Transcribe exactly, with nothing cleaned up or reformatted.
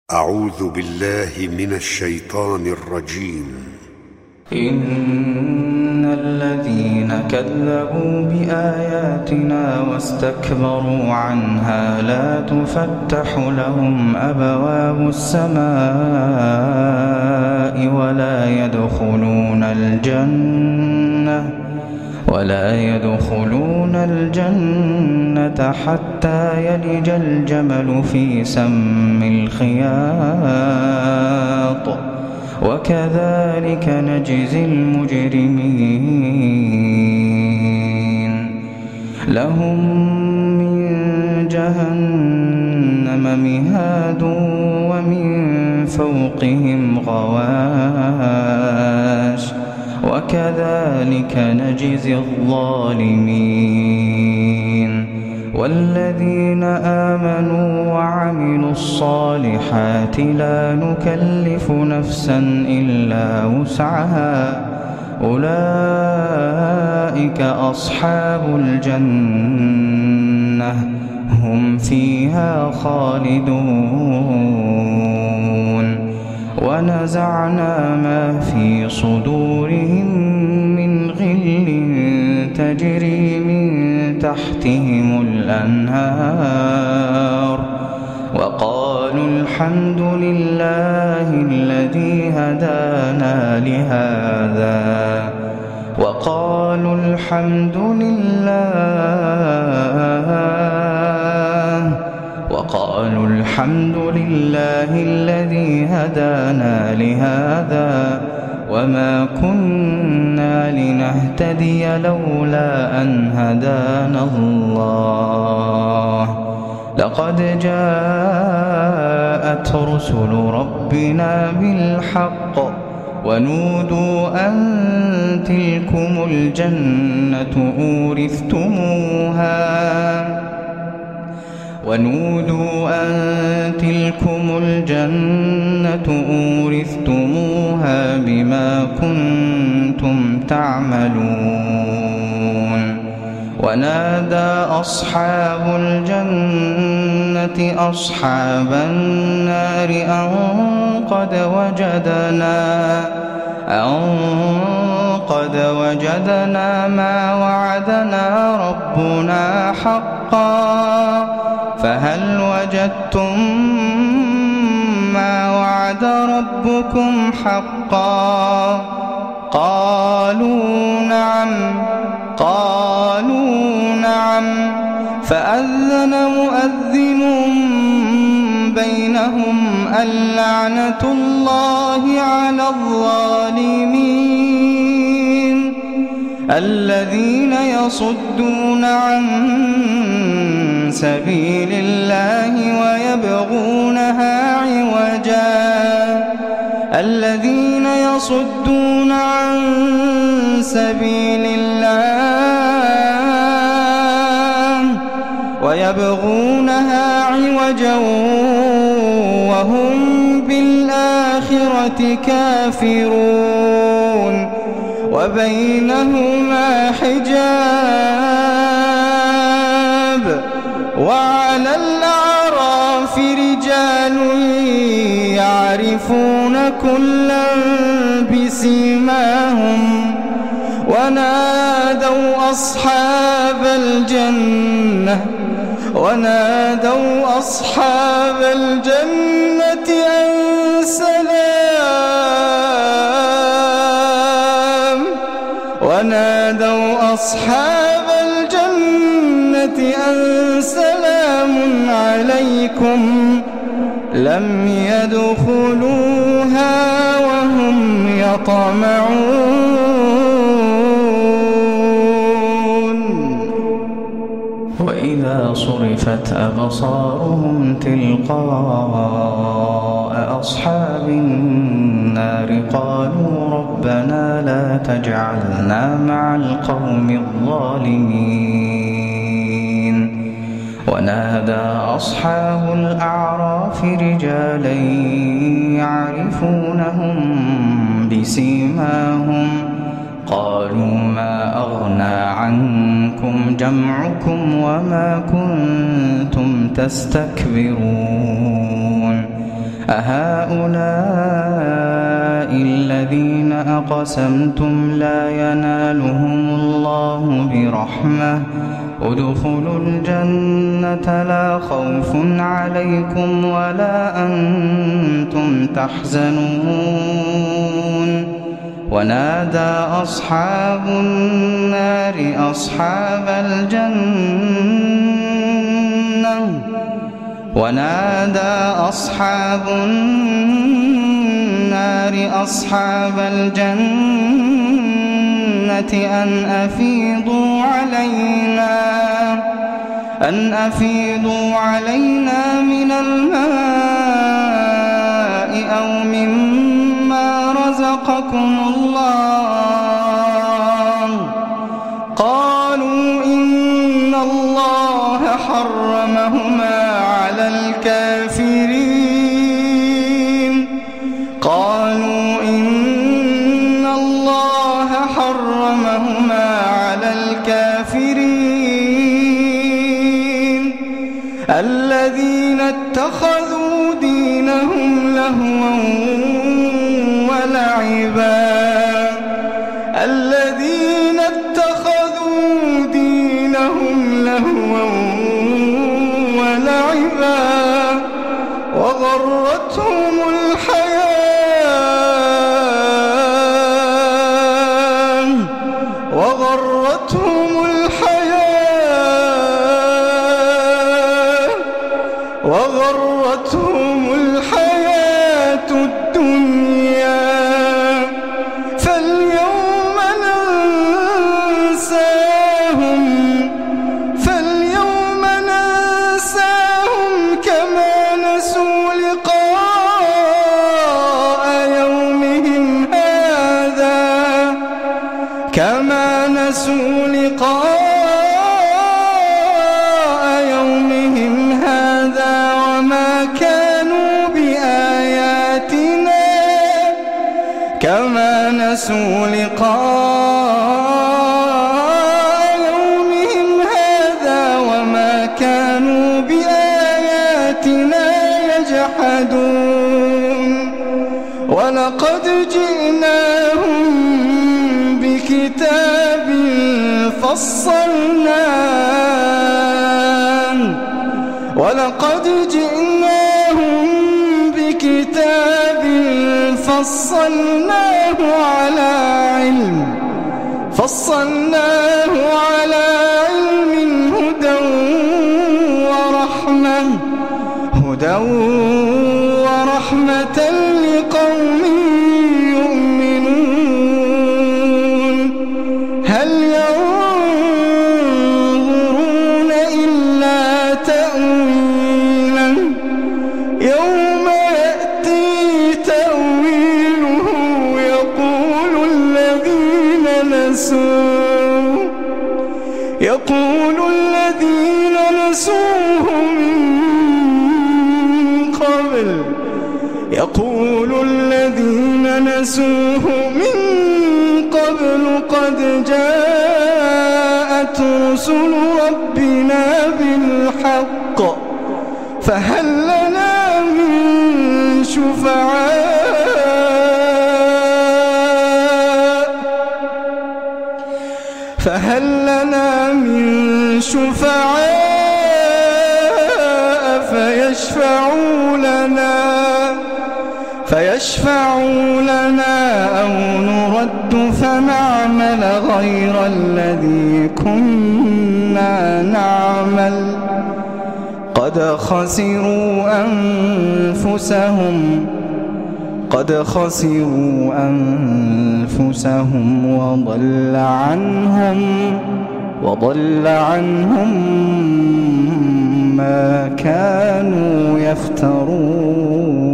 أعوذ بالله من الشيطان الرجيم. إن الذين كذبوا بآياتنا واستكبروا عنها لا تفتح لهم أبواب السماء ولا يدخلون الجنة ولا يدخلون الجنة حتى يلج الجمل في سم الخياط وكذلك نجزي المجرمين. لهم من جهنم مهاد ومن فوقهم غواش وكذلك نجزي الظالمين. والذين آمنوا وعملوا الصالحات لا نكلف نفسا إلا وسعها أولئك أصحاب الجنة هم فيها خالدون. ونزعنا ما في صدورهم من غل تجري من تحتهم الأنهار وقالوا الحمد لله الذي هدانا لهذا وقالوا الحمد لله وقالوا الحمد لله الذي هدانا لهذا وما كنا لنهتدي لولا أن هدانا الله لقد جاءت رسل ربنا بالحق ونودوا أن تلكم الجنة أورثتموها ونودوا أن تلكم الجنة أورثتموها بما كنتم تعملون. ونادى أصحاب الجنة أصحاب النار أن قد وجدنا أن قد وجدنا ما وعدنا ربنا حقا فهل وجدتم ما وعد ربكم حقا قالوا نعم قالوا نعم فأذن مؤذن بينهم اللعنة الله على الظالمين الذين يصدون عن سبيل الله ويبغونها عوجا الذين يصدون عن سبيل الله ويبغونها عوجا وهم بالآخرة كافرون وبينهما حجاب وعلى الأعراف رجال يعرفون كلا بسيماهم ونادوا أصحاب الجنة ونادوا أصحاب الجنة أن سلام ونادوا أصحاب الجنة أن سلام عليكم لم يدخلوها وهم يطمعون. وإذا صرفت أبصارهم تلقاء أصحاب النار قالوا ربنا لا تجعلنا مع القوم الظالمين. ونادى أصحاب الأعراف رجالا يعرفونهم بسيماهم قالوا ما أغنى عنكم جمعكم وما كنتم تستكبرون أهؤلاء الذين أقسمتم لا ينالهم الله برحمة ادخلوا الجنة لا خوف عليكم ولا أنتم تحزنون ونادى أصحاب النار أصحاب الجنة ونادى أصحاب النار أصحاب الجنة أن أفيضوا علينا أن أفيضوا علينا من الماء أو مما رزقكم الله قالوا إن الله حرمهما على الكافرين قالوا إن الله حرمهما على الكافرين الذين اتخذوا دينهم لهوا ولعبا الذين اتخذوا دينهم لهوا ولعبا وغرتهم الحياة وغرتهم الحياة وغرتهم الحياة الدنيا فاليوم ننساهم فاليوم ننساهم كما نسوا لقاء يومهم هذا كما نسوا لقاء يومهم هذا وما كانوا بآياتنا كما نسوا لقاء يومهم هذا وما كانوا بآياتنا يجحدون ولقد جئناهم بكتاب فصلناه ولقد جئناهم بكتاب فصلناه على علم فصلناه على علم هدى ورحمة هدى ورحمة لقوم يؤمنون هل ينظرون إلا تأويله يوم يأتي تأويله يقول الذين نسوه يقول الذين نسوه من قبل يقول الذين نسوه من قبل قد جاءت رسل ربنا بالحق فهل لنا من شفعاء فهل لنا من شفعاء فيشفعوا لنا فيشفعوا لنا أو نرد فنعمل غير الذي كنا نعمل قد خسروا أنفسهم قد خسروا أنفسهم وضل عنهم وضل عنهم ما كانوا يفترون.